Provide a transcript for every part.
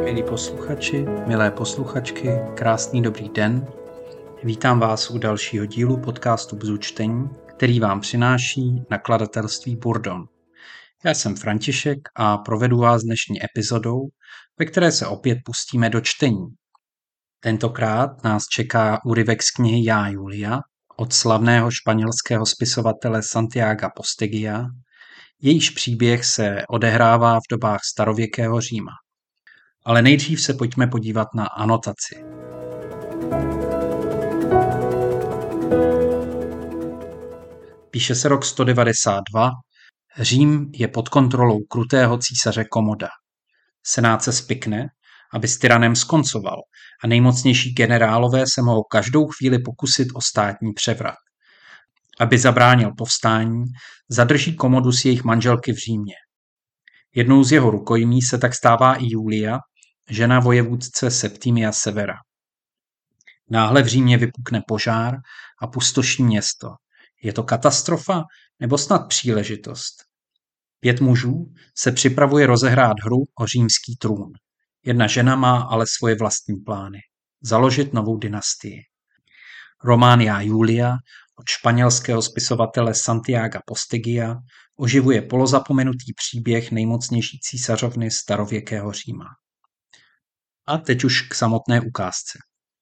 Milí posluchači, milé posluchačky, krásný dobrý den. Vítám vás u dalšího dílu podcastu Bzu čtení, který vám přináší nakladatelství Burdon. Já jsem František a provedu vás dnešní epizodou, ve které se opět pustíme do čtení. Tentokrát nás čeká úryvek z knihy Já Julia od slavného španělského spisovatele Santiaga Posteguilla, jejíž příběh se odehrává v dobách starověkého Říma. Ale nejdřív se pojďme podívat na anotaci. Píše se rok 192, Řím je pod kontrolou krutého císaře Komoda. Senát se spikne, aby s tyranem skoncoval a nejmocnější generálové se mohou každou chvíli pokusit o státní převrat. Aby zabránil povstání, zadrží Komodus jejich manželky v Římě. Jednou z jeho rukojmí se tak stává i Julia, žena vojevůdce Septimia Severa. Náhle v Římě vypukne požár a pustoší město. Je to katastrofa nebo snad příležitost? 5 mužů se připravuje rozehrát hru o římský trůn. Jedna žena má ale svoje vlastní plány. Založit novou dynastii. Román Já Julia od španělského spisovatele Santiaga Posteguilla oživuje polozapomenutý příběh nejmocnější císařovny starověkého Říma. A teď už k samotné ukázce.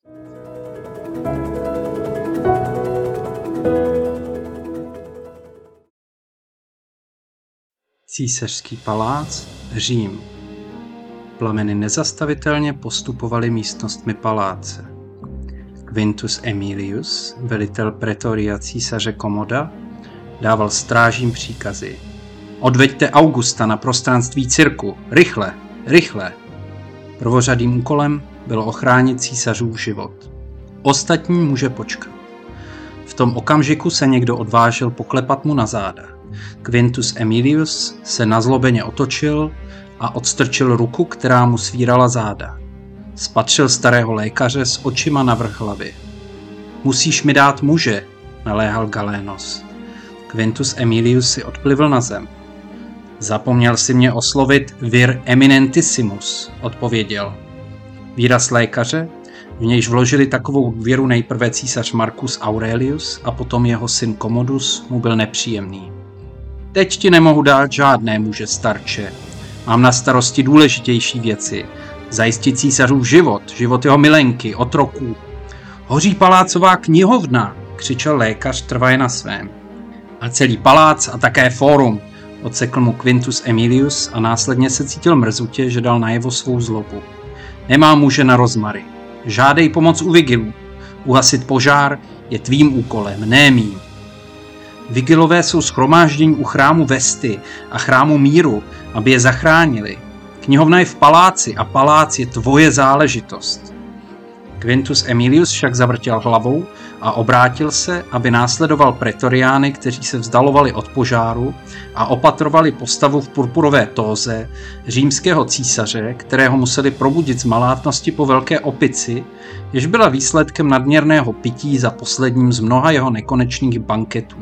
Císařský palác, Řím. Plameny nezastavitelně postupovaly místnostmi paláce. Quintus Aemilius, velitel pretoria císaře Komoda, dával strážím příkazy. Odveďte Augusta na prostranství cirku, rychle, rychle. Prvořadým úkolem bylo ochránit císařův život. Ostatní může počkat. V tom okamžiku se někdo odvážil poklepat mu na záda. Quintus Aemilius se nazlobeně otočil a odstrčil ruku, která mu svírala záda. Spatřil starého lékaře s očima navrch hlavy. Musíš mi dát muže, naléhal Galénos. Quintus Aemilius si odplivl na zem. Zapomněl si mě oslovit vir eminentissimus, odpověděl. Výraz lékaře, v nějž vložili takovou důvěru nejprve císař Marcus Aurelius a potom jeho syn Commodus, mu byl nepříjemný. Teď ti nemohu dát žádné muže, starče. Mám na starosti důležitější věci. Zajistit císařův život jeho milenky, otroků. Hoří palácová knihovna, křičel lékař trvaje na svém. A celý palác a také fórum, odsekl mu Quintus Aemilius a následně se cítil mrzutě, že dal najevo svou zlobu. Nemá muže na rozmary. Žádej pomoc u vigilů. Uhasit požár je tvým úkolem, ne mým. Vigilové jsou shromáždění u chrámu Vesty a chrámu Míru, aby je zachránili. Knihovna je v paláci a palác je tvoje záležitost. Quintus Aemilius však zavrtěl hlavou a obrátil se, aby následoval pretoriány, kteří se vzdalovali od požáru a opatrovali postavu v purpurové tóze římského císaře, kterého museli probudit z malátnosti po velké opici, jež byla výsledkem nadměrného pití za posledním z mnoha jeho nekonečných banketů.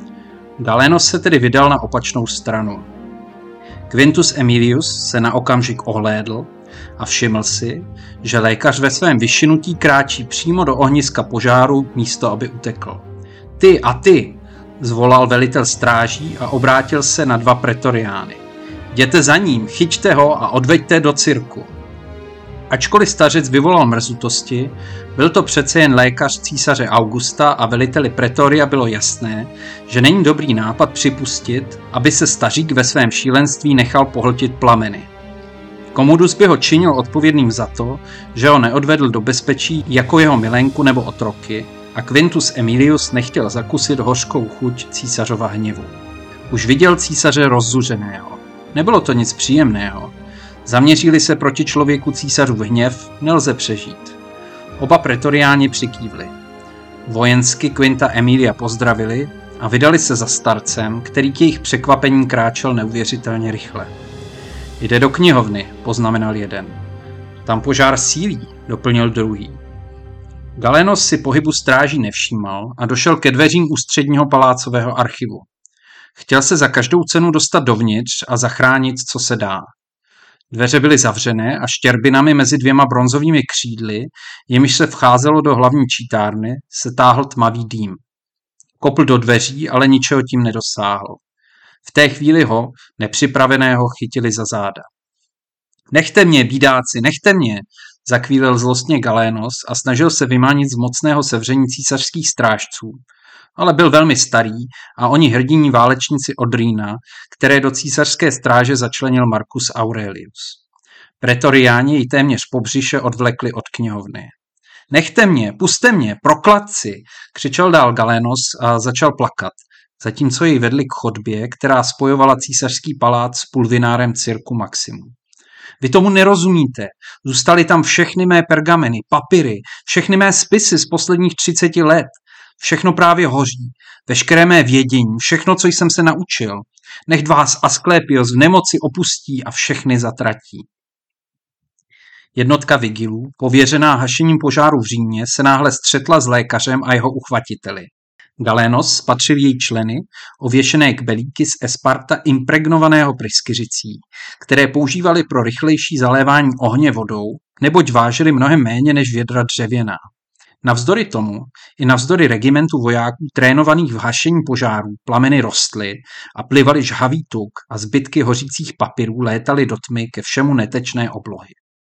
Galénos se tedy vydal na opačnou stranu. Quintus Aemilius se na okamžik ohlédl a všiml si, že lékař ve svém vyšinutí kráčí přímo do ohniska požáru, místo aby utekl. Ty a ty, zvolal velitel stráží a obrátil se na 2 pretoriány. Jděte za ním, chyťte ho a odveďte do cirku. Ačkoliv stařec vyvolal mrzutosti, byl to přece jen lékař císaře Augusta a veliteli pretoria bylo jasné, že není dobrý nápad připustit, aby se stařík ve svém šílenství nechal pohltit plameny. Commodus by ho činil odpovědným za to, že ho neodvedl do bezpečí jako jeho milenku nebo otroky a Quintus Aemilius nechtěl zakusit hořkou chuť císařova hněvu. Už viděl císaře rozzuřeného. Nebylo to nic příjemného. Zaměřili se proti člověku císařův hněv, nelze přežít. Oba pretoriáni přikývli. Vojensky Quinta Aemilia pozdravili a vydali se za starcem, který k jejich překvapení kráčel neuvěřitelně rychle. Jde do knihovny, poznamenal jeden. Tam požár sílí, doplnil druhý. Galénos si pohybu stráží nevšímal a došel ke dveřím ústředního palácového archivu. Chtěl se za každou cenu dostat dovnitř a zachránit, co se dá. Dveře byly zavřené a štěrbinami mezi dvěma bronzovými křídly, jimiž se vcházelo do hlavní čítárny, se táhl tmavý dým. Kopl do dveří, ale ničeho tím nedosáhl. V té chvíli ho, nepřipraveného, chytili za záda. Nechte mě, bídáci, nechte mě, zakvílil zlostně Galénos a snažil se vymánit z mocného sevření císařských strážců, ale byl velmi starý a oni hrdinní válečníci od Rýna, které do císařské stráže začlenil Marcus Aurelius. Pretoriáni ji téměř po břiše odvlekli od knihovny. Nechte mě, puste mě, prokladci, křičel dál Galénos a začal plakat, zatímco jej vedli k chodbě, která spojovala císařský palác s pulvinárem cirku Maximum. Vy tomu nerozumíte. Zůstaly tam všechny mé pergameny, papíry, všechny mé spisy z posledních 30 let. Všechno právě hoří, veškeré mé vědění, všechno, co jsem se naučil. Nechť vás Asklépios v nemoci opustí a všechny zatratí. Jednotka vigilů, pověřená hašením požáru v Římě, se náhle střetla s lékařem a jeho uchvatiteli. Galénos spatřil její členy, ověšené kbelíky z esparta impregnovaného pryskyřicí, které používali pro rychlejší zalévání ohně vodou, neboť vážily mnohem méně než vědra dřevěná. Navzdory tomu, i navzdory regimentu vojáků trénovaných v hašení požárů, plameny rostly a plivaly žhavý tuk a zbytky hořících papírů létaly do tmy ke všemu netečné oblohy.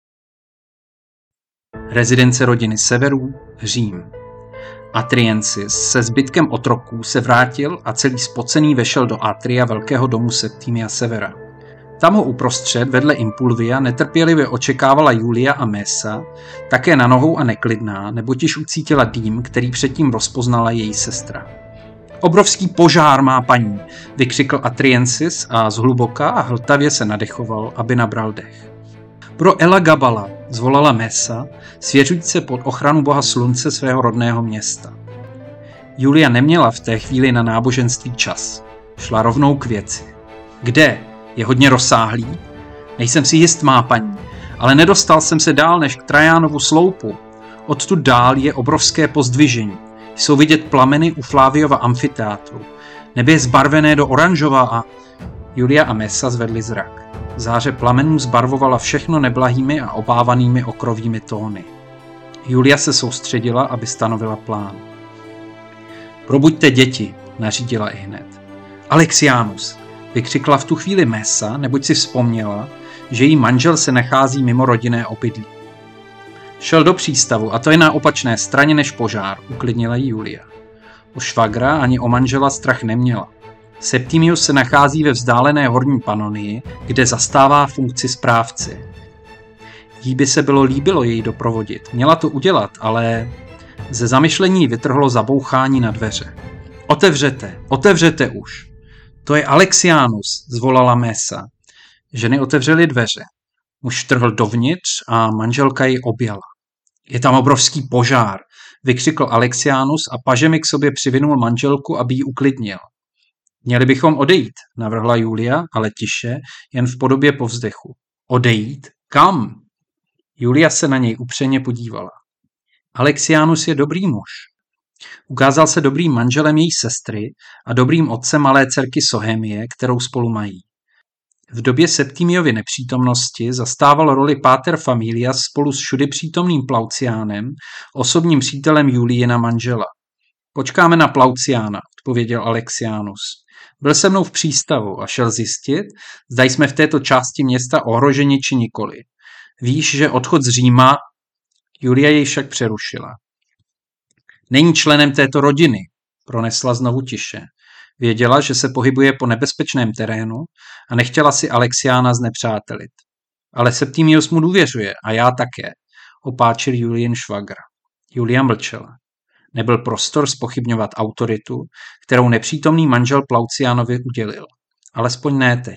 Rezidence rodiny Severů, Řím. Atriensis se zbytkem otroků se vrátil a celý spocený vešel do atria velkého domu Septimia Severa. Tam ho uprostřed vedle Impulvia netrpělivě očekávala Julia a Mesa, také na nohou a neklidná, neboť již ucítila dým, který předtím rozpoznala její sestra. Obrovský požár má paní, vykřikl Atriensis a zhluboka a hltavě se nadechoval, aby nabral dech. Pro Elagabala, zvolala Mesa, svěřujíc se pod ochranu boha slunce svého rodného města. Julia neměla v té chvíli na náboženství čas. Šla rovnou k věci. Kde? Je hodně rozsáhlý? Nejsem si jist, má paní, ale nedostal jsem se dál než k Trajánovu sloupu. Odtud dál je obrovské pozdvižení. Jsou vidět plameny u Fláviova amfiteátru. Nebe je zbarvené do oranžova a... Julia a Mesa zvedli zrak. Záře plamenů zbarvovala všechno neblahými a obávanými okrovými tóny. Julia se soustředila, aby stanovila plán. Probuďte děti, nařídila ihned. Alexianus, vykřikla v tu chvíli Mesa, neboť si vzpomněla, že její manžel se nachází mimo rodinné obydlí. Šel do přístavu a to je na opačné straně než požár, uklidnila jí Julia. O švagra ani o manžela strach neměla. Septimius se nachází ve vzdálené horní Panonii, kde zastává funkci správci. Jí by se bylo líbilo jej doprovodit. Měla to udělat, ale ze zamyšlení vytrhlo zabouchání na dveře. Otevřete už. To je Alexianus, zvolala Mesa. Ženy otevřely dveře. Muž vtrhl dovnitř a manželka ji objala. Je tam obrovský požár, vykřikl Alexianus a pažemi k sobě přivinul manželku, aby ji uklidnil. Měli bychom odejít, navrhla Julia, ale tiše, jen v podobě povzdechu. Odejít? Kam? Julia se na něj upřeně podívala. Alexianus je dobrý muž. Ukázal se dobrým manželem její sestry a dobrým otcem malé dcerky Sohemie, kterou spolu mají. V době Septimiovy nepřítomnosti zastával roli pater familias spolu s všudy přítomným Plauciánem, osobním přítelem Julijina manžela. Počkáme na Plauciána, odpověděl Alexianus. Byl se mnou v přístavu a šel zjistit, zda jsme v této části města ohroženi či nikoli. Víš, že odchod z Říma... Julia jej však přerušila. Není členem této rodiny, pronesla znovu tiše. Věděla, že se pohybuje po nebezpečném terénu a nechtěla si Alexiána znepřátelit. Ale Septimius mu důvěřuje a já také, opáčil Julien švagr. Julia mlčela. Nebyl prostor zpochybňovat autoritu, kterou nepřítomný manžel Plaucianovi udělil. Alespoň ne teď.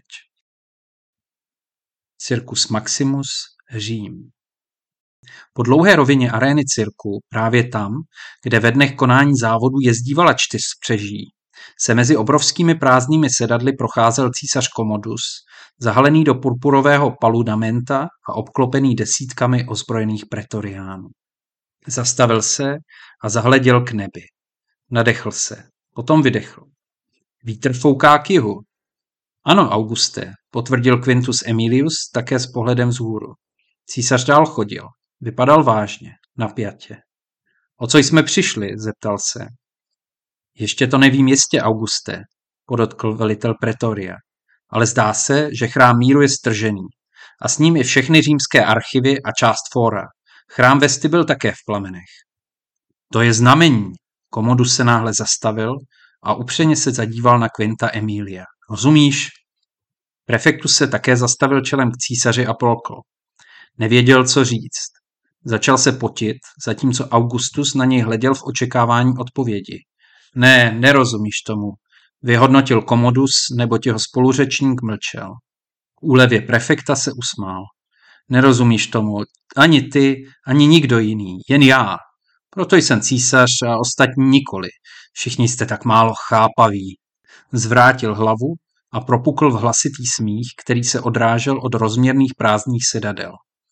Circus Maximus, Řím. Po dlouhé rovině arény cirku, právě tam, kde ve dnech konání závodu jezdívala 4 spřeží, se mezi obrovskými prázdnými sedadly procházel císař Commodus, zahalený do purpurového paludamenta a obklopený desítkami ozbrojených pretoriánů. Zastavil se a zahleděl k nebi. Nadechl se, potom vydechl. Vítr fouká k jihu. Ano, Auguste, potvrdil Quintus Aemilius také s pohledem vzhůru. Císař dál chodil. Vypadal vážně, napjatě. O co jsme přišli? Zeptal se. Ještě to nevím jistě, Auguste, podotkl velitel Pretoria, ale zdá se, že chrám míru je stržený a s ním i všechny římské archivy a část fóra. Chrám vestibyl také v plamenech. To je znamení. Commodus se náhle zastavil a upřeně se zadíval na Quinta Aemilia. Rozumíš? Prefektus se také zastavil čelem k císaři a polkl. Nevěděl, co říct. Začal se potit, zatímco Augustus na něj hleděl v očekávání odpovědi. Ne, nerozumíš tomu, vyhodnotil Commodus, neboť jeho spoluřečník mlčel. K úlevě prefekta se usmál. Nerozumíš tomu, ani ty, ani nikdo jiný, jen já. Proto jsem císař a ostatní nikoli. Všichni jste tak málo chápaví. Zvrátil hlavu a propukl v hlasitý smích, který se odrážel od rozměrných prázdných sedadel.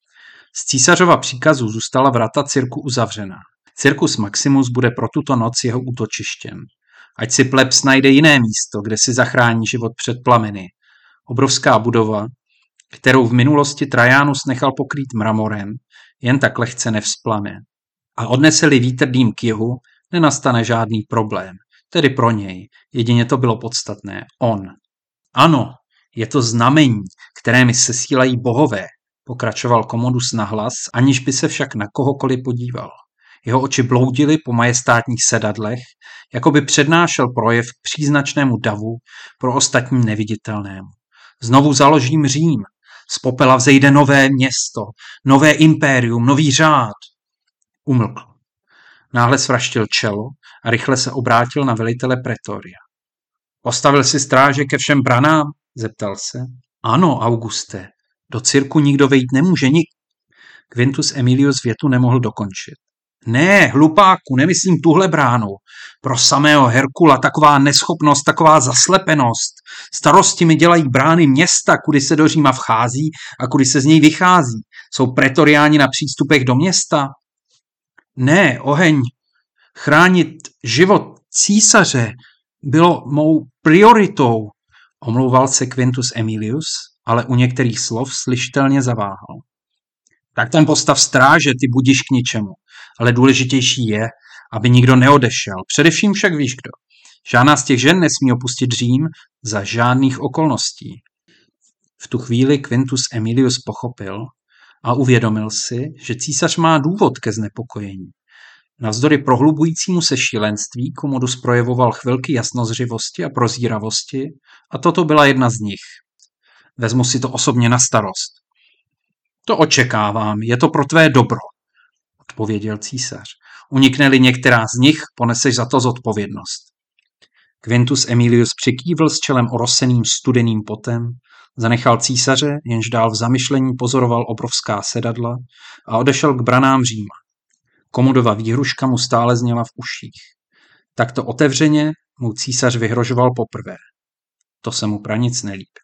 Z císařova příkazu zůstala vrata cirku uzavřená. Circus Maximus bude pro tuto noc jeho útočištěm. Ať si plebs najde jiné místo, kde si zachrání život před plameny. Obrovská budova, kterou v minulosti Trajanus nechal pokrýt mramorem, jen tak lehce nevzplane. A odnese-li vítr dým k jihu, nenastane žádný problém. Tedy pro něj. Jedině to bylo podstatné. On. Ano, je to znamení, které mi sesílají bohové, pokračoval Commodus nahlas, aniž by se však na kohokoliv podíval. Jeho oči bloudily po majestátních sedadlech, jako by přednášel projev k příznačnému davu pro ostatní neviditelnému. Znovu založím Řím. Z popela vzejde nové město, nové impérium, nový řád. Umlkl. Náhle svraštil čelo a rychle se obrátil na velitele Pretoria. Postavil si stráže ke všem branám? Zeptal se. Ano, Auguste. Do cirku nikdo vejít nemůže, Quintus Aemilius větu nemohl dokončit. Ne, hlupáku, nemyslím tuhle bránu. Pro samého Herkula taková neschopnost, taková zaslepenost. Starosti mi dělají brány města, kudy se do Říma vchází a kudy se z něj vychází. Jsou pretoriáni na přístupech do města? Ne, oheň. Chránit život císaře bylo mou prioritou, omlouval se Quintus Aemilius, ale u některých slov slyšitelně zaváhal. Tak ten postav stráže, ty budiš k ničemu, ale důležitější je, aby nikdo neodešel, především však víš kdo. Žádná z těch žen nesmí opustit Řím za žádných okolností. V tu chvíli Quintus Aemilius pochopil a uvědomil si, že císař má důvod ke znepokojení. Navzdory prohlubujícímu se šílenství Commodus projevoval chvilky jasnozřivosti a prozíravosti a toto byla jedna z nich. Vezmu si to osobně na starost. To očekávám, je to pro tvé dobro, odpověděl císař. Unikne-li některá z nich, poneseš za to zodpovědnost. Quintus Aemilius přikývl s čelem oroseným studeným potem, zanechal císaře, jenž dál v zamyšlení pozoroval obrovská sedadla a odešel k branám Říma. Commodova výhruška mu stále zněla v uších. Takto otevřeně mu císař vyhrožoval poprvé. To se mu pranic nelíbil.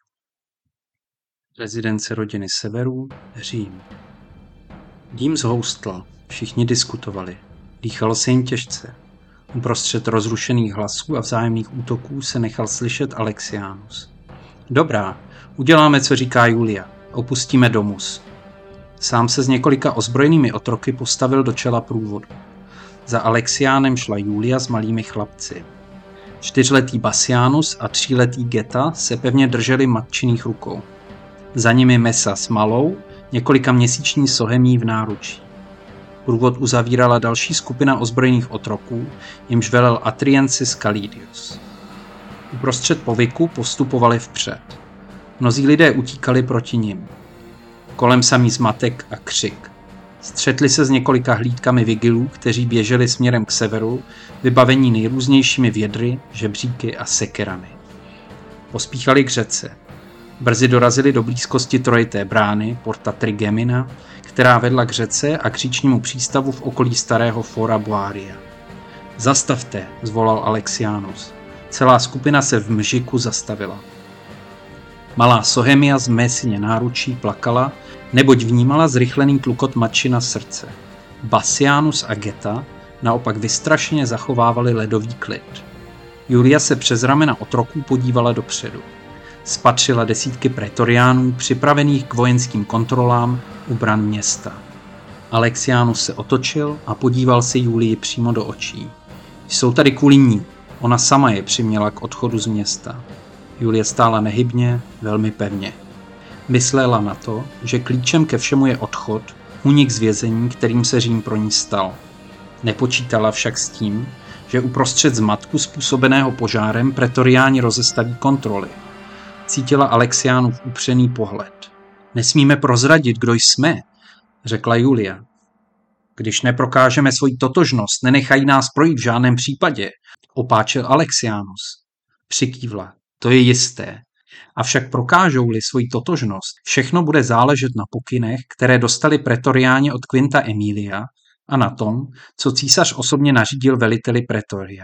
Rezidence rodiny Severů, Řím. Dým zhoustl, všichni diskutovali. Dýchalo se jim těžce. Uprostřed rozrušených hlasů a vzájemných útoků se nechal slyšet Alexianus. Dobrá, uděláme, co říká Julia. Opustíme domus. Sám se s několika ozbrojenými otroky postavil do čela průvodu. Za Alexiánem šla Julia s malými chlapci. 4letý Bassianus a 3letý Geta se pevně drželi matčiných rukou. Za nimi Mesa s malou, několika měsíční Sohemí v náručí. Průvod uzavírala další skupina ozbrojených otroků, jimž velel Atriensis Calidius. Uprostřed povyku postupovali vpřed. Mnozí lidé utíkali proti nim. Kolem samý zmatek a křik. Střetli se s několika hlídkami vigilů, kteří běželi směrem k severu, vybavení nejrůznějšími vědry, žebříky a sekerami. Pospíchali k řece. Brzy dorazili do blízkosti trojité brány, Porta Trigemina, která vedla k řece a k říčnímu přístavu v okolí starého Fora Boaria. Zastavte, zvolal Alexianus. Celá skupina se v mžiku zastavila. Malá Sohemia z Mesině náručí plakala, neboť vnímala zrychlený tlukot matčina srdce. Bassianus a Geta naopak vystrašeně zachovávali ledový klid. Julia se přes ramena otroků podívala dopředu. spatřila desítky pretoriánů připravených k vojenským kontrolám u bran města. Alexianus se otočil a podíval se Julii přímo do očí. Jsou tady kvůli ní. Ona sama je přiměla k odchodu z města. Julie stála nehybně, velmi pevně. Myslela na to, že klíčem ke všemu je odchod, únik z vězení, kterým se Řím pro ní stal. Nepočítala však s tím, že uprostřed zmatku způsobeného požárem pretoriáni rozestaví kontroly. Cítila Alexiánův upřený pohled. Nesmíme prozradit, kdo jsme, řekla Julia. Když neprokážeme svoji totožnost, nenechají nás projít v žádném případě, opáčil Alexianus. Přikývla. To je jisté. Avšak prokážou-li svoji totožnost, všechno bude záležet na pokynech, které dostali pretoriáni od Quinta Emilia a na tom, co císař osobně nařídil veliteli pretoria.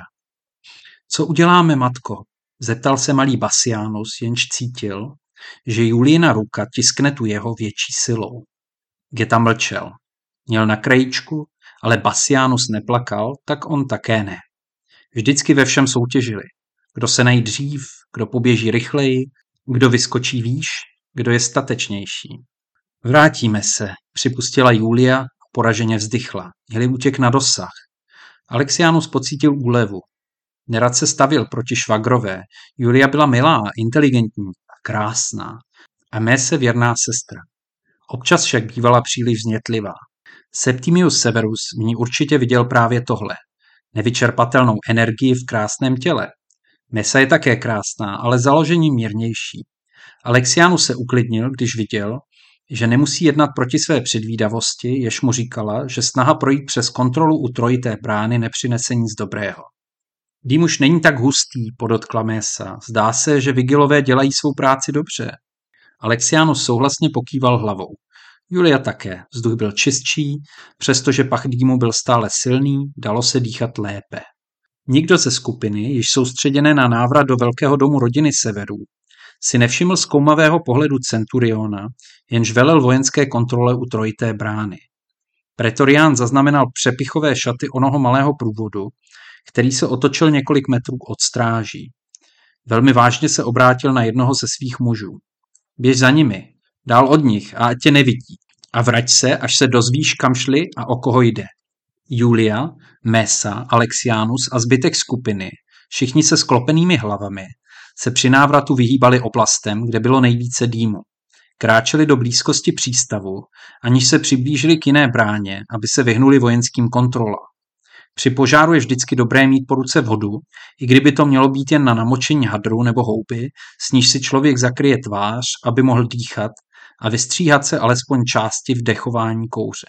Co uděláme, matko? Zeptal se malý Bassianus, jenž cítil, že Juliina ruka tiskne tu jeho větší silou. Geta mlčel. Měl na krajíčku, ale Bassianus neplakal, tak on také ne. Vždycky ve všem soutěžili. Kdo se najde dřív, kdo poběží rychleji, kdo vyskočí výš, kdo je statečnější. Vrátíme se, připustila Julia a poraženě vzdychla. Měli útěk na dosah. Alexianus pocítil úlevu. Nerad se stavil proti švagrové. Julia byla milá, inteligentní a krásná. A mé se věrná sestra. Občas však bývala příliš vznětlivá. Septimius Severus v ní určitě viděl právě tohle. Nevyčerpatelnou energii v krásném těle. Mesa je také krásná, ale založením mírnější. Alexianus se uklidnil, když viděl, že nemusí jednat proti své předvídavosti, jež mu říkala, že snaha projít přes kontrolu u trojité brány nepřinese nic dobrého. Dým už není tak hustý, podotkla Mesa. Zdá se, že vigilové dělají svou práci dobře. Alexianus souhlasně pokýval hlavou. Julia také. Vzduch byl čistší, přestože pach dýmu byl stále silný, dalo se dýchat lépe. Nikdo ze skupiny, již soustředěné na návrat do velkého domu rodiny Severů, si nevšiml zkoumavého pohledu centuriona, jenž velel vojenské kontrole u trojité brány. Pretorián zaznamenal přepichové šaty onoho malého průvodu, který se otočil několik metrů od stráží. Velmi vážně se obrátil na jednoho ze svých mužů. Běž za nimi, dál od nich a ať tě nevidí. A vrať se, až se dozvíš, kam šli a o koho jde. Julia, Mesa, Alexianus a zbytek skupiny, všichni se sklopenými hlavami, se při návratu vyhýbali oblastem, kde bylo nejvíce dýmu. Kráčeli do blízkosti přístavu, aniž se přiblížili k jiné bráně, aby se vyhnuli vojenským kontrolám. Při požáru je vždycky dobré mít po ruce vodu, i kdyby to mělo být jen na namočení hadru nebo houby, s níž si člověk zakryje tvář, aby mohl dýchat a vystříhat se alespoň části vdechování kouře.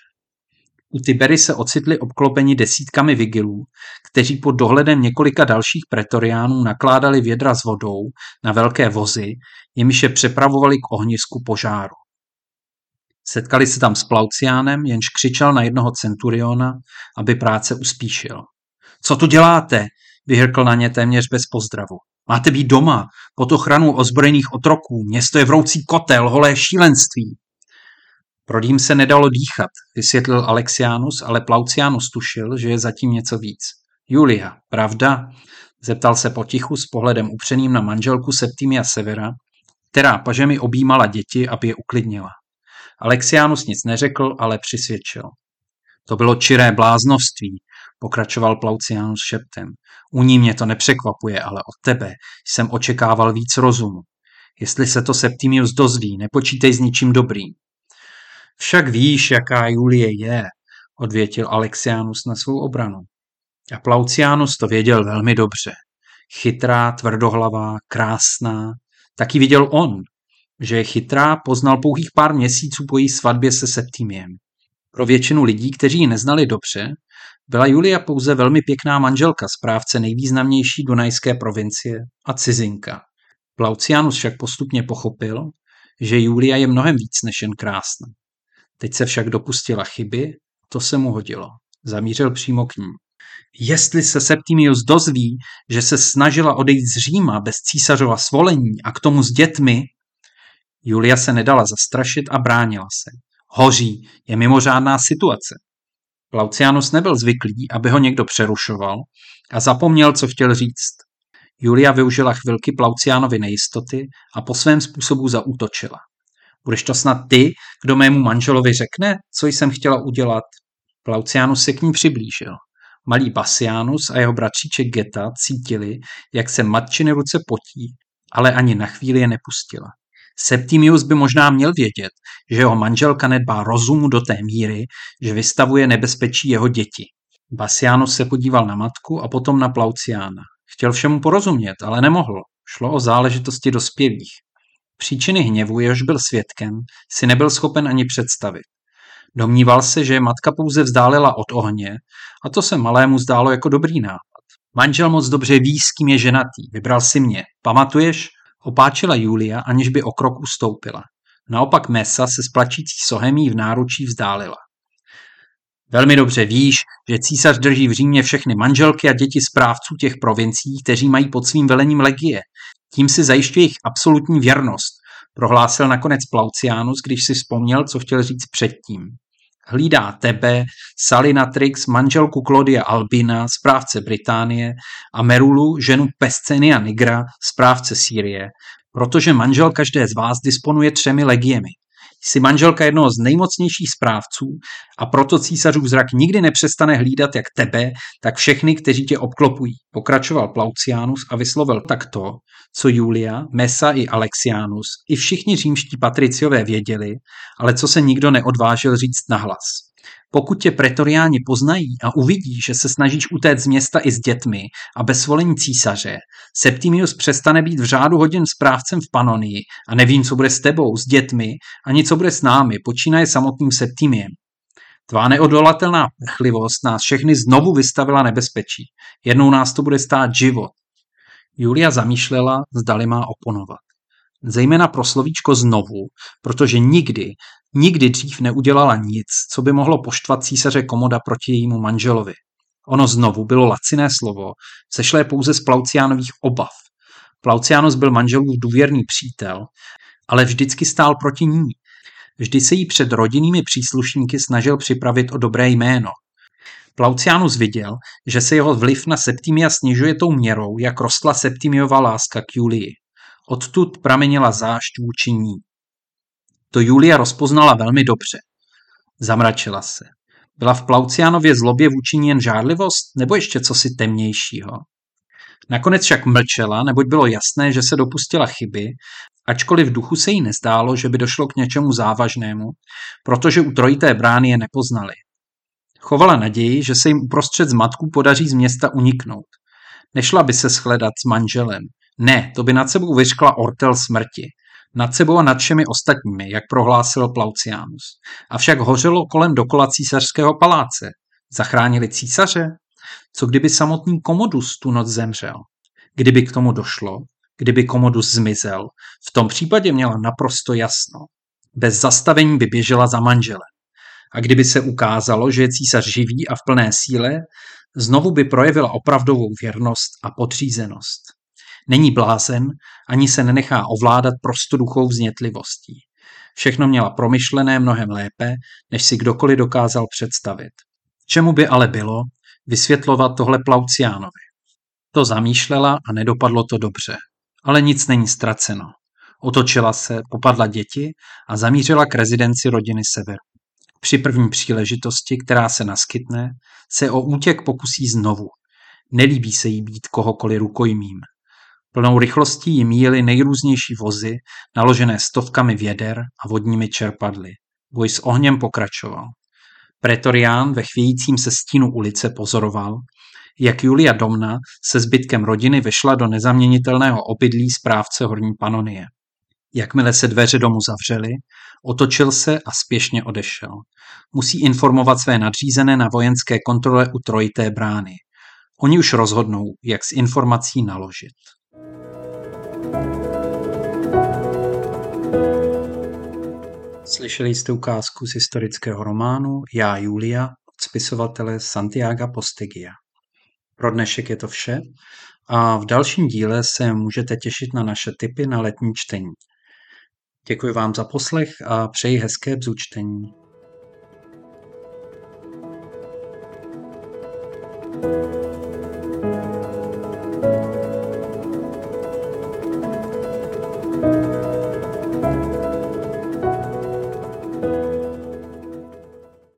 U Tibery se ocitli obklopeni desítkami vigilů, kteří pod dohledem několika dalších pretoriánů nakládali vědra s vodou na velké vozy, jimiž je přepravovali k ohnisku požáru. Setkali se tam s Plauciánem, jenž křičel na jednoho centuriona, aby práce uspíšil. Co tu děláte? Vyhrkl na ně téměř bez pozdravu. Máte být doma, pod ochranou ozbrojených otroků, město je vroucí kotel, holé šílenství. Pro dým se nedalo dýchat, vysvětlil Alexianus, ale Plaucianus tušil, že je zatím něco víc. Julia, pravda? Zeptal se potichu s pohledem upřeným na manželku Septimia Severa, která pažemi objímala děti, aby je uklidnila. Alexianus nic neřekl, ale přisvědčil. To bylo čiré bláznoství, pokračoval Plaucianus šeptem. U ní mě to nepřekvapuje, ale od tebe jsem očekával víc rozumu. Jestli se to Septimius dozví, nepočítej s ničím dobrým. Však víš, jaká Julie je, odvětil Alexianus na svou obranu. A Plaucianus to věděl velmi dobře. Chytrá, tvrdohlavá, krásná. Taky viděl on, že je chytrá, poznal pouhých pár měsíců po její svatbě se Septimiem. Pro většinu lidí, kteří ji neznali dobře, byla Julia pouze velmi pěkná manželka správce nejvýznamnější dunajské provincie a cizinka. Plaucianus však postupně pochopil, že Julia je mnohem víc než jen krásná. Teď se však dopustila chyby, to se mu hodilo. Zamířil přímo k ní. Jestli se Septimius dozví, že se snažila odejít z Říma bez císařova svolení a k tomu s dětmi, Julia se nedala zastrašit a bránila se. Hoří, je mimořádná situace. Plaucianus nebyl zvyklý, aby ho někdo přerušoval a zapomněl, co chtěl říct. Julia využila chvilky Plauciánovy nejistoty a po svém způsobu zaútočila. Budeš to snad ty, kdo mému manželovi řekne, co jsem chtěla udělat? Plaucianus se k ní přiblížil. Malý Bassianus a jeho bratříček Geta cítili, jak se matčiny ruce potí, ale ani na chvíli je nepustila. Septimius by možná měl vědět, že jeho manželka nedbá rozumu do té míry, že vystavuje nebezpečí jeho děti. Bassianus se podíval na matku a potom na Plauciána. Chtěl všemu porozumět, ale nemohl. Šlo o záležitosti dospělých. Příčiny hněvu, jehož byl svědkem, si nebyl schopen ani představit. Domníval se, že je matka pouze vzdálila od ohně a to se malému zdálo jako dobrý nápad. Manžel moc dobře ví, s kým je ženatý. Vybral si mě. Pamatuješ? Opáčila Julia, aniž by o krok ustoupila. Naopak Mesa se s plačící Sohemí v náručí vzdálila. Velmi dobře víš, že císař drží v Římě všechny manželky a děti správců těch provincií, kteří mají pod svým velením legie. Tím si zajišťuje jejich absolutní věrnost, prohlásil nakonec Plaucianus, když si vzpomněl, co chtěl říct předtím. Hlídá tebe, Salinatrix, manželku Claudia Albina, správce Británie, a Merulu, ženu Pescenia Nigra, správce Sýrie, protože manžel každé z vás disponuje 3 legiemi. Jsi manželka jednoho z nejmocnějších správců a proto císařův zrak nikdy nepřestane hlídat jak tebe, tak všechny, kteří tě obklopují. Pokračoval Plaucianus a vyslovil tak to, co Julia, Mesa i Alexianus i všichni římští patriciové věděli, ale co se nikdo neodvážil říct nahlas. Pokud tě pretoriáni poznají a uvidí, že se snažíš utéct z města i s dětmi a bez svolení císaře, Septimius přestane být v řádu hodin správcem v Panonii a nevím, co bude s tebou, s dětmi, ani co bude s námi, počínaje samotným Septimiem. Tvá neodolatelná prchlivost nás všechny znovu vystavila nebezpečí. Jednou nás to bude stát život. Julia zamýšlela, zdali má oponovat. Zejména pro slovíčko znovu, protože nikdy dřív neudělala nic, co by mohlo poštvat císaře Komoda proti jejímu manželovi. Ono znovu bylo laciné slovo, sešlé pouze z Plauciánových obav. Plaucianus byl manželův důvěrný přítel, ale vždycky stál proti ní. Vždy se jí před rodinnými příslušníky snažil připravit o dobré jméno. Plaucianus viděl, že se jeho vliv na Septimia snižuje tou měrou, jak rostla Septimiova láska k Julii. Odtud pramenila zášť vůči ní. To Julia rozpoznala velmi dobře. Zamračila se. Byla v Plaucianově zlobě vůči ní jen žárlivost, nebo ještě cosi temnějšího? Nakonec však mlčela, neboť bylo jasné, že se dopustila chyby, ačkoliv v duchu se jí nezdálo, že by došlo k něčemu závažnému, protože u trojité brány je nepoznali. Chovala naději, že se jim uprostřed zmatků podaří z města uniknout. Nešla by se shledat s manželem. Ne, to by nad sebou vyřkla ortel smrti. Nad sebou a nad všemi ostatními, jak prohlásil Plaucianus. Avšak hořelo kolem dokola císařského paláce. Zachránili císaře? Co kdyby samotný Commodus tu noc zemřel? Kdyby k tomu došlo, kdyby Commodus zmizel, v tom případě měla naprosto jasno. Bez zastavení by běžela za manželem. A kdyby se ukázalo, že je císař živý a v plné síle, znovu by projevila opravdovou věrnost a podřízenost. Není blázen, ani se nenechá ovládat prostoduchou vznětlivostí. Všechno měla promyšlené mnohem lépe, než si kdokoliv dokázal představit. Čemu by ale bylo vysvětlovat tohle Plauciánovi? To zamýšlela a nedopadlo to dobře. Ale nic není ztraceno. Otočila se, popadla děti a zamířila k rezidenci rodiny Severu. Při první příležitosti, která se naskytne, se o útěk pokusí znovu. Nelíbí se jí být kohokoliv rukojmím. Plnou rychlostí jí míjely nejrůznější vozy, naložené stovkami věder a vodními čerpadly. Boj s ohněm pokračoval. Pretorián ve chvějícím se stínu ulice pozoroval, jak Julia Domna se zbytkem rodiny vešla do nezaměnitelného obydlí správce Horní Panonie. Jakmile se dveře domu zavřely, otočil se a spěšně odešel. Musí informovat své nadřízené na vojenské kontrole u trojité brány. Oni už rozhodnou, jak s informací naložit. Slyšeli jste ukázku z historického románu Já Julia od spisovatele Santiaga Posteguia. Pro dnešek je to vše a v dalším díle se můžete těšit na naše tipy na letní čtení. Děkuji vám za poslech a přeji hezké bzučtení.